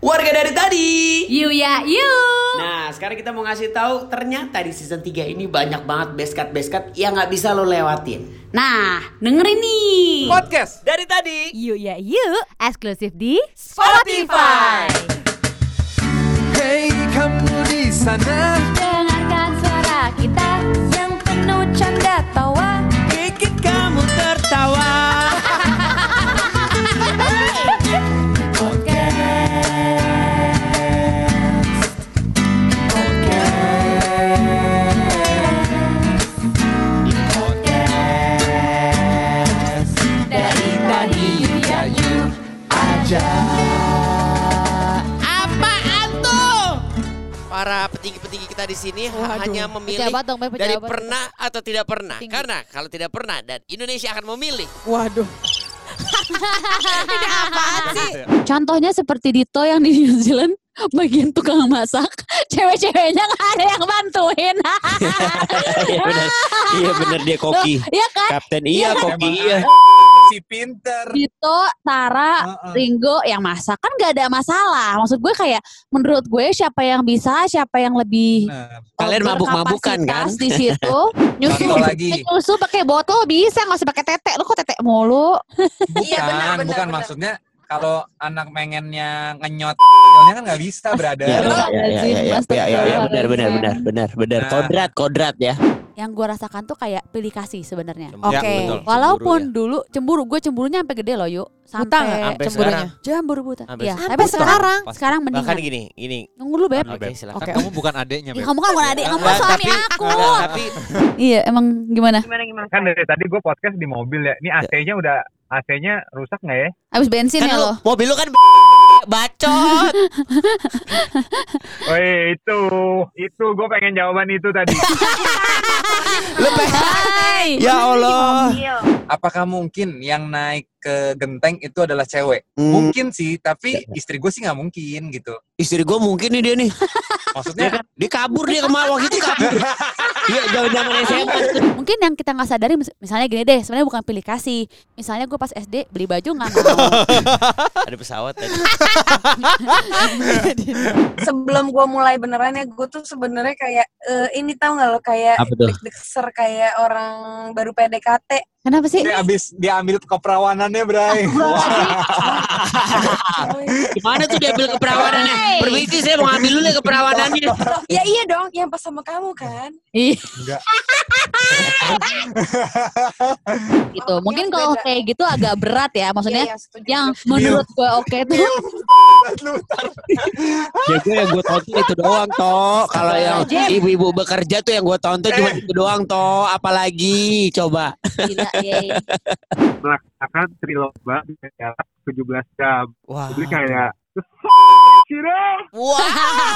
Warga dari tadi. Yuk ya, yuk. Nah, sekarang kita mau ngasih tahu ternyata di season 3 ini banyak banget best cut yang nggak bisa lo lewatin. Nah, dengerin nih. Podcast dari tadi. Yuk ya, yuk. Eksklusif di Spotify. Hey kamu di sana, dengarkan suara kita yang penuh canda tawa. bikin kamu tertawa. Apaan tuh? Para petinggi-petinggi kita di sini hanya memilih pejabat dong, pejabat. dari pernah atau tidak pernah. Tinggi. Karena kalau tidak pernah dan Indonesia akan memilih. Waduh. Ini apaan sih? Contohnya seperti Dito yang di New Zealand bagian tukang masak, cewek-ceweknya nggak ada yang bantuin. Iya benar dia koki. Iya kan? Kapten iya koki iya. Si pinter. Dito, Tara, Ringo yang masak kan nggak ada masalah. Maksud gue kayak menurut gue siapa yang bisa, siapa yang lebih Kalian mabuk-mabukan kan? berkapasitas di situ. Contoh lagi. Nyusu pakai botol bisa, nggak usah pakai tete. Lu kok tete mulu? Bukan maksudnya kalau anak pengennya ngenyot kan nggak bisa berada. Ya, benar. Kodrat ya. Yang gue rasakan tuh kayak pilih kasih sebenarnya. Ya, Oke. betul. Walaupun dulu gue cemburunya sampai gede loh yuk. Buta nggak? Sampai Sampai cemburunya. Cemburu buta. Sampai Iya. sekarang. Tapi sekarang Pas- mendingan. Bahkan gini. Nunggu dulu beb. Oke, silakan. Oke. Kamu bukan adeknya, Ih, Beb. kamu kan bukan adik, kamu kan suami aku. Tapi Iya, emang gimana? Kan dari tadi gue podcast di mobil ya. Ini AC-nya rusak nggak ya? Habis bensin kan ya lo. mobil lu kan bacot. Oh itu gue pengen jawaban itu tadi. Hai. Ya Allah. Apakah mungkin yang naik ke genteng itu adalah cewek? Mungkin sih, tapi istri gue sih nggak mungkin gitu. Istri gue mungkin nih dia nih. Maksudnya Dia kabur dia kemarin waktu itu kabur. Iya zaman SMA. Mungkin yang kita nggak sadari, misalnya gini deh, sebenarnya bukan pilih kasih. Misalnya gue pas SD beli baju nggak mau. Ada pesawat tadi. Sebelum gue mulai beneran ya, gue tuh sebenarnya kayak ini tahu nggak lo kayak Apa tuh? deg-degser kayak orang baru PDKT. Kenapa sih? dia ambil keperawanannya, Bray. Gimana tuh dia ambil keperawanannya? Permisi saya mau ambil dulu nih keperawanannya. Ya iya dong, yang pas sama kamu kan. Ih, Enggak. gitu. Mungkin kalau kayak gitu agak berat ya. Maksudnya Iya, setuju. yang menurut gue oke tuh Ya gue yang gue tonton itu doang toh. Kalau yang ibu-ibu bekerja tuh yang gue tonton cuma itu doang toh. Apalagi coba. gila ya. Melaksanakan triloba di jarak 17 jam. Wah. Jadi kayak Wah.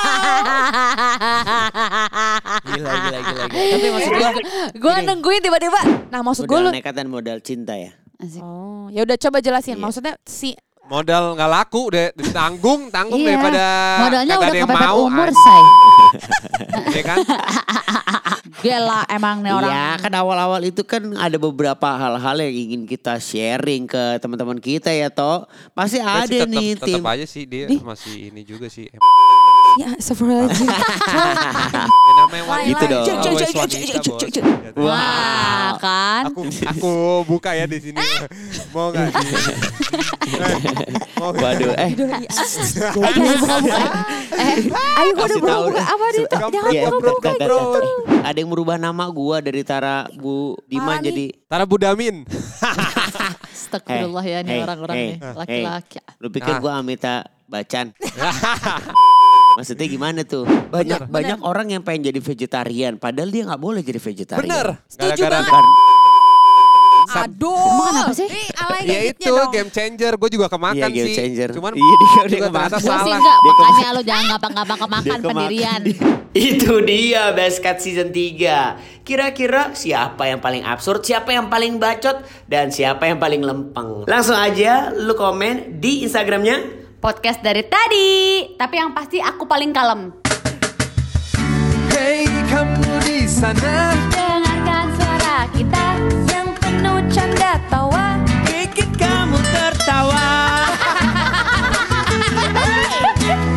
Gila. Tapi maksud gua Gue nungguin tiba-tiba. Nah maksud gue lu. modal nekat dan modal cinta ya. Oh, ya udah coba jelasin. Iya. Maksudnya si Modal nggak laku deh, tanggung Iya. daripada Modalnya kagak udah ada yang kepepet mau. umur, anjing. say. Ya kan? Gila emang nih orang. Iya kan awal-awal itu kan ada beberapa hal-hal yang ingin kita sharing ke teman-teman kita ya toh. Pasti Tapi ada sih nih tim. tetap aja sih dia masih ini juga sih. ya astagfirullahaladzim. Ya namanya wanita. Gitu dong. Always wanita, Bos. Wah, kan. Aku buka ya di sini. Mau nggak sih? Mau nggak? Waduh, Buka-buka. Ayo gue udah Kasih tahu buka deh. apa nih? Jangan Iya, buka-buka tet. gitu. Ada yang merubah nama gua dari Tara Bu Diman Parah jadi Tara Budamin. Astagfirullah ya nih orang-orang nih. Laki-laki. Lu pikir Ah. gua Amita Bacan? Maksudnya gimana tuh? Banyak orang yang pengen jadi vegetarian padahal dia nggak boleh jadi vegetarian. Bener. Setuju Gara-gara banget. Aduh. Emang kenapa sih? Nih alay ya gadgetnya itu dong. game changer. Gue juga kemakan Iya, game sih. changer. Cuman Iya, dia juga kemakan. ternyata Gue sih salah. enggak, makanya lo jangan gampang-gampang kemakan Dia kemakan. pendirian. Itu dia Best Cut Season 3. Kira-kira siapa yang paling absurd, siapa yang paling bacot, dan siapa yang paling lempeng? Langsung aja lu komen di Instagramnya. Podcast dari tadi. Tapi yang pasti aku paling kalem. Hey kamu di sana, Dengarkan suara kita yang penuh canda tawa. bikin kamu tertawa.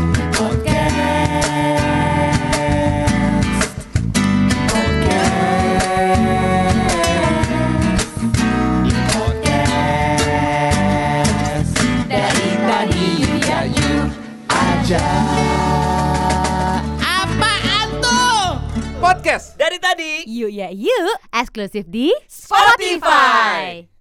Podcast Dari tadi Yuk ya yuk, eksklusif di Spotify.